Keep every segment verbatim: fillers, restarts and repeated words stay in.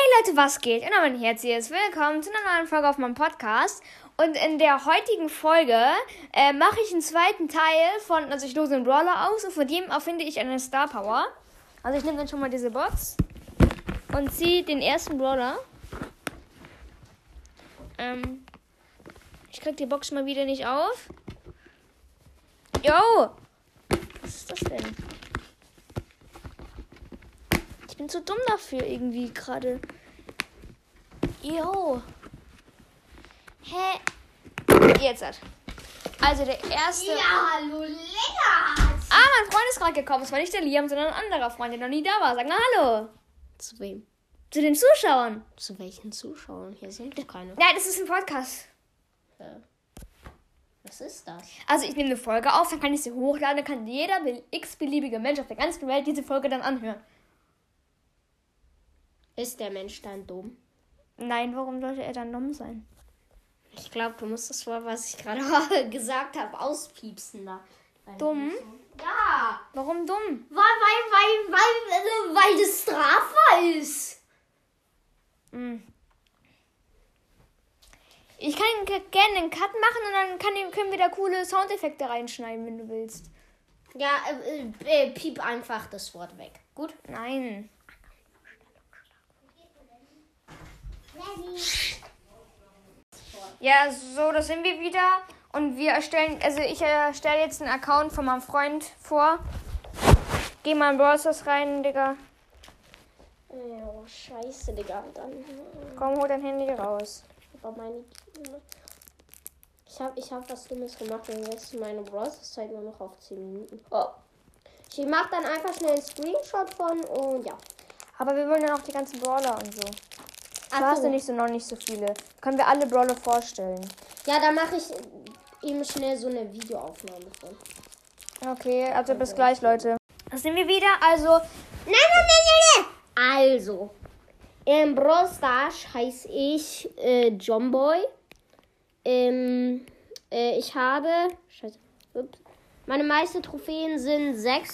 Leute, was geht? Und mein Herz hier ist willkommen zu einer neuen Folge auf meinem Podcast. Und in der heutigen Folge äh, mache ich einen zweiten Teil von, also ich lose einen Brawler aus und von dem erfinde ich eine Star Power. Also ich nehme dann schon mal diese Box und ziehe den ersten Brawler. Ähm, ich krieg die Box mal wieder nicht auf. Jo! Was ist das denn? Ich bin zu dumm dafür irgendwie gerade. Jo. Hä? Jetzt hat. Also der erste. Ja, hallo Lennart. Ah, mein Freund ist gerade gekommen. Es war nicht der Liam, sondern ein anderer Freund, der noch nie da war. Sag mal hallo. Zu wem? Zu den Zuschauern. Zu welchen Zuschauern? Hier sind doch keine. Nein, das ist ein Podcast. Äh, Was ist das? Also ich nehme eine Folge auf, dann kann ich sie hochladen, dann kann jeder x-beliebige Mensch auf der ganzen Welt diese Folge dann anhören. Ist der Mensch dann dumm? Nein, warum sollte er dann dumm sein? Ich glaube, du musst das mal, was ich gerade gesagt habe, auspiepsen da. Weil Dumm? Ja. Warum dumm? Weil, weil, weil, weil, weil das strafbar ist. Hm. Ich kann g- gerne einen Cut machen und dann kann, können wir da coole Soundeffekte reinschneiden, wenn du willst. Ja, äh, äh, piep einfach das Wort weg. Gut? Nein. Ja, so, da sind wir wieder. Und wir erstellen, also ich erstelle jetzt einen Account von meinem Freund vor. Geh mal in Brawl Stars rein, Digga. Oh, scheiße, Digga. Dann, Komm, hol dein Handy raus. aber meine, ich habe ich hab was Dummes gemacht und jetzt ist meine Browser-Zeit nur noch auf zehn Minuten. Oh. Ich mache dann einfach schnell einen Screenshot von und ja. Aber wir wollen ja noch die ganzen Brawler und so. Ach Du hast so. ja nicht so noch nicht so viele. Können wir alle Brawler vorstellen? Ja, da mache ich eben schnell so eine Videoaufnahme von. Okay, also bis gleich, Leute. Da sind wir wieder. Also, Nein, nein, nein, nein, nein. Also, im Brawl Stars heiße ich äh, Jomboy. Ähm, äh, ich habe, scheiße, ups. Meine meisten Trophäen sind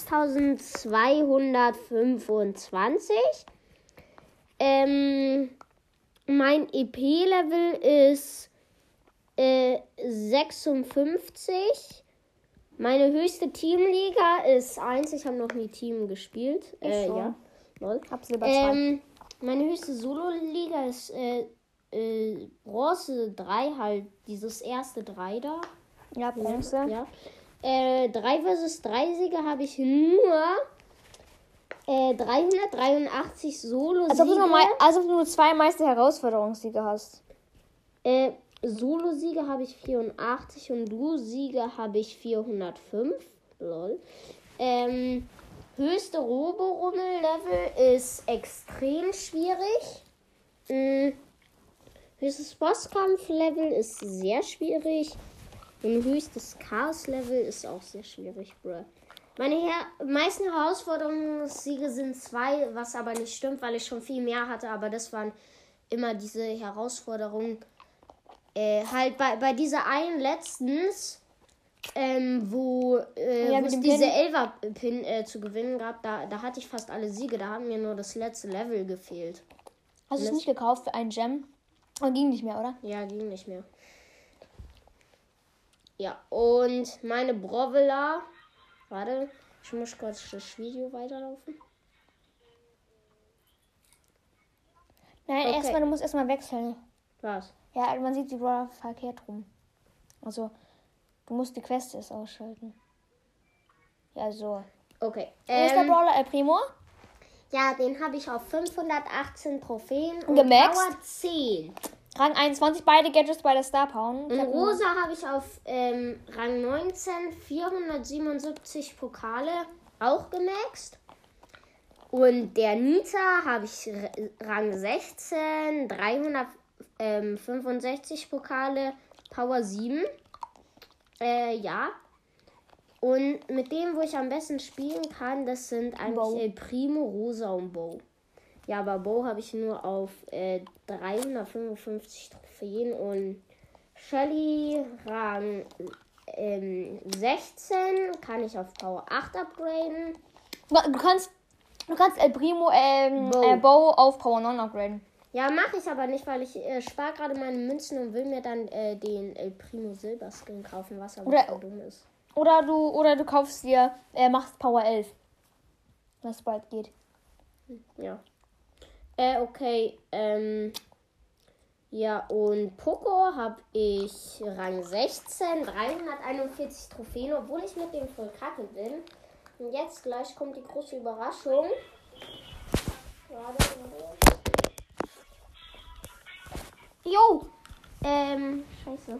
sechstausendzweihundertfünfundzwanzig. Ähm, mein E P-Level ist äh, sechsundfünfzig. Meine höchste Teamliga ist eins. Ich habe noch nie Team gespielt. Äh, schon. ja. Lol. hab Silber zwei. Ähm, meine höchste Solo-Liga ist äh, äh, Bronze drei, halt dieses erste drei da. Ja, Bronze. Ja. Äh, drei versus drei Siege habe ich nur äh, dreihundertdreiundachtzig Solo-Siege. Als ob du nur, mal, als ob du nur zwei Meister Herausforderungssiege hast. Äh, Solo-Siege habe ich vierundachtzig und Duo-Siege habe ich vierhundertfünf. Lol. Ähm, höchste Robo-Rummel-Level ist extrem schwierig. Mhm. Höchstes Bosskampf-Level ist sehr schwierig. Und höchstes Chaos-Level ist auch sehr schwierig, bro. Meine Her- meisten Herausforderungssiege sind zwei, was aber nicht stimmt, weil ich schon viel mehr hatte. Aber das waren immer diese Herausforderungen. Äh, halt bei, bei dieser einen letztens, ähm, wo, äh, Ja, wo mit es dem diese Pin. Elfer-Pin äh, zu gewinnen gab, da, da hatte ich fast alle Siege. Da hat mir nur das letzte Level gefehlt. Hast du es nicht gekauft für einen Gem? Und ging nicht mehr, oder? Ja, ging nicht mehr. Ja, und meine Brovela. Warte, ich muss kurz das Video weiterlaufen. Nein, Okay. erstmal, du musst erstmal wechseln. Was? Ja, man sieht die Brawler verkehrt rum. Also, du musst die Quest erst ausschalten. Ja, so. Okay. Wo ist der Ähm, Brawler El Primo? ja, den habe ich auf fünfhundertachtzehn Trophäen und Gemaxt? Power zehn. Rang einundzwanzig, beide Gadgets bei der Star Power. In Rosa habe ich auf ähm, Rang neunzehn vierhundertsiebenundsiebzig Pokale auch gemaxt. Und der Nita habe ich R- Rang sechzehn dreihundertfünfundsechzig Pokale, Power sieben. Äh, ja. Und mit dem, wo ich am besten spielen kann, das sind eigentlich Bo. El Primo, Rosa und Bo. Ja, aber Bo habe ich nur auf äh, dreihundertfünfundfünfzig Trophäen und Shelly Rang ähm, sechzehn kann ich auf Power acht upgraden. Du kannst, du kannst El Primo ähm, Bo. Äh, Bo auf Power neun upgraden. Ja, mache ich aber nicht, weil ich äh, spare gerade meine Münzen und will mir dann äh, den El Primo Silberskin kaufen, was aber Oder- voll dumm ist. Oder du, oder du kaufst dir, äh, machst Power elf. Was bald geht. Ja. Äh, okay. Ähm, ja, und Poco habe ich Rang sechzehn, dreihunderteinundvierzig Trophäen, obwohl ich mit dem voll kacke bin. Und jetzt gleich kommt die große Überraschung. Warte, warte. Jo! Ähm, scheiße.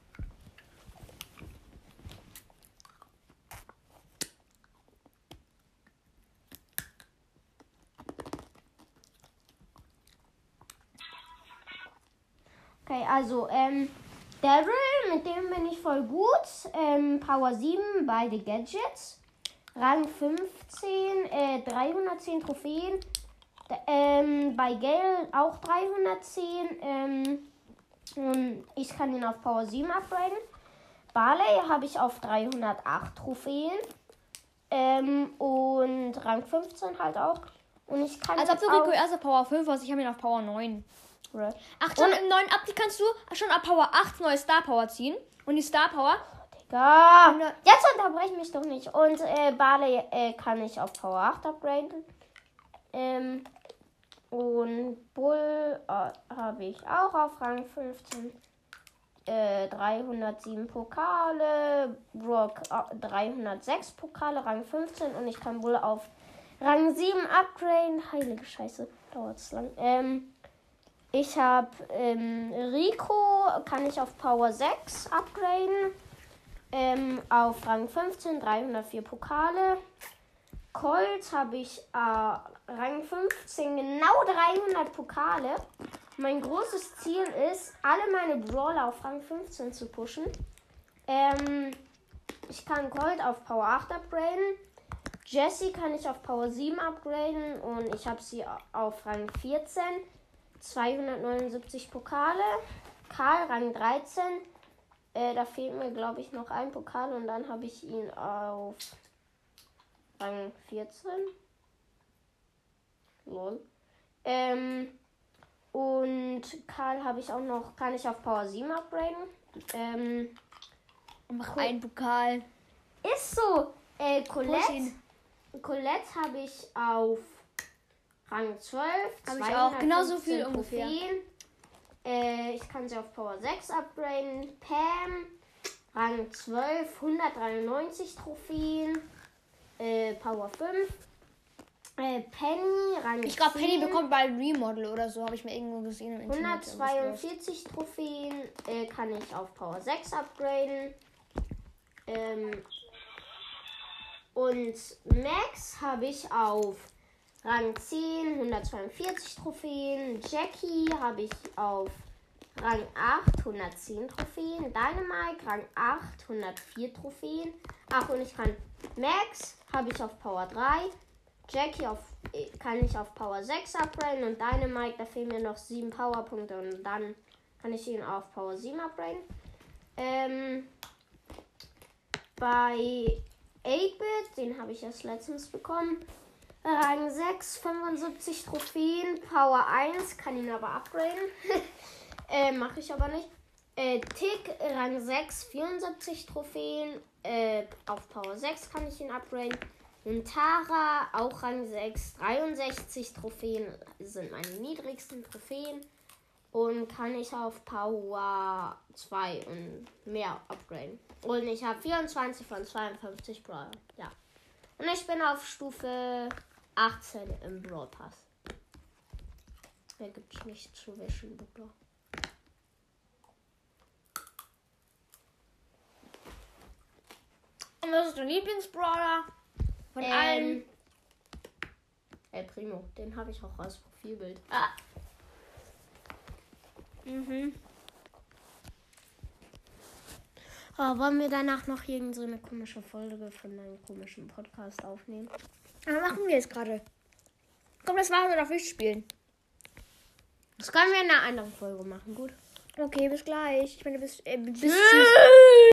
Okay, also, ähm, Daryl, mit dem bin ich voll gut. Ähm, Power sieben, beide Gadgets. Rang fünfzehn, äh, dreihundertzehn Trophäen. D ähm, bei Gale auch dreihundertzehn. Ähm, und ich kann ihn auf Power sieben upgraden. Barley habe ich auf dreihundertacht Trophäen. Ähm, und Rang fünfzehn halt auch. Und ich kann Als ob du auch... Rico erst auf Power fünf hast, ich habe ihn auf Power neun. Right. Ach, schon im neuen Update kannst du schon ab Power acht neue Star Power ziehen. Und die Star Power... Ja, Und, äh, jetzt unterbrech mich doch nicht. Und äh, Barley äh, kann ich auf Power acht upgraden. Ähm, und Bull äh, habe ich auch auf Rang fünfzehn. Äh, dreihundertsieben Pokale. Brock äh, dreihundertsechs Pokale, Rang fünfzehn. Und ich kann Bull auf Rang sieben upgraden. Heilige Scheiße, dauert es lang. Ähm, ich habe ähm, Rico, kann ich auf Power sechs upgraden. Ähm, auf Rang fünfzehn, dreihundertvier Pokale. Colt habe ich äh, Rang fünfzehn, genau dreihundert Pokale. Mein großes Ziel ist, alle meine Brawler auf Rang fünfzehn zu pushen. Ähm, ich kann Colt auf Power acht upgraden. Jessie kann ich auf Power sieben upgraden und ich habe sie auf Rang vierzehn. zweihundertneunundsiebzig Pokale. Karl Rang dreizehn. Äh, da fehlt mir, glaube ich, noch ein Pokal und dann habe ich ihn auf Rang vierzehn. Lol. Ähm, und Karl habe ich auch noch, kann ich auf Power sieben upgraden. Ähm, mach einen Pokal. ist so. Äh, Push Colette. ihn. Colette habe ich auf Rang zwölf. Hab ich auch. Genauso viel zweihundertfünfzehn ungefähr. Trophäen. Äh, ich kann sie auf Power sechs upgraden. Pam, Rang zwölf, hundertdreiundneunzig Trophäen. Äh, Power fünf. Äh, Penny, Rang Ich glaube, Penny zehn, bekommt bald ein Remodel oder so. Habe ich mir irgendwo gesehen im Internet. hundertzweiundvierzig Trophäen. Äh, kann ich auf Power sechs upgraden. Ähm, und Max habe ich auf Rang zehn, hundertzweiundvierzig Trophäen. Jackie habe ich auf Rang acht, hundertzehn Trophäen. Dynamite, Rang acht, hundertvier Trophäen. Ach, und ich kann Max habe ich auf Power drei. Jackie auf, kann ich auf Power sechs upgraden. Und Dynamite, da fehlen mir noch sieben Powerpunkte. Und dann kann ich ihn auf Power sieben upgraden. Ähm, bei acht-Bit, den habe ich erst letztens bekommen. Rang sechs, fünfundsiebzig Trophäen, Power eins, kann ihn aber upgraden. äh, mache ich aber nicht. Äh, Tick, Rang sechs, vierundsiebzig Trophäen, äh, auf Power sechs kann ich ihn upgraden. Und Tara, auch Rang sechs, dreiundsechzig Trophäen, sind meine niedrigsten Trophäen. Und kann ich auf Power zwei und mehr upgraden. Und ich habe vierundzwanzig von zweiundfünfzig Brawler. Ja. Und ich bin auf Stufe achtzehn im Brawl Pass. Da gibt es nichts zu wischen, bitte. Und was ist dein Lieblingsbrawler? Von Ähm, allen? El Primo, den habe ich auch als Profilbild. Ah. Mhm. Oh, wollen wir danach noch irgend so eine komische Folge von einem komischen Podcast aufnehmen? Aber machen wir es gerade. Komm, das war's oder Fisch spielen. Das können wir in einer anderen Folge machen, gut? Okay, bis gleich. Ich meine, bis, äh, bis Tschüss. tschüss.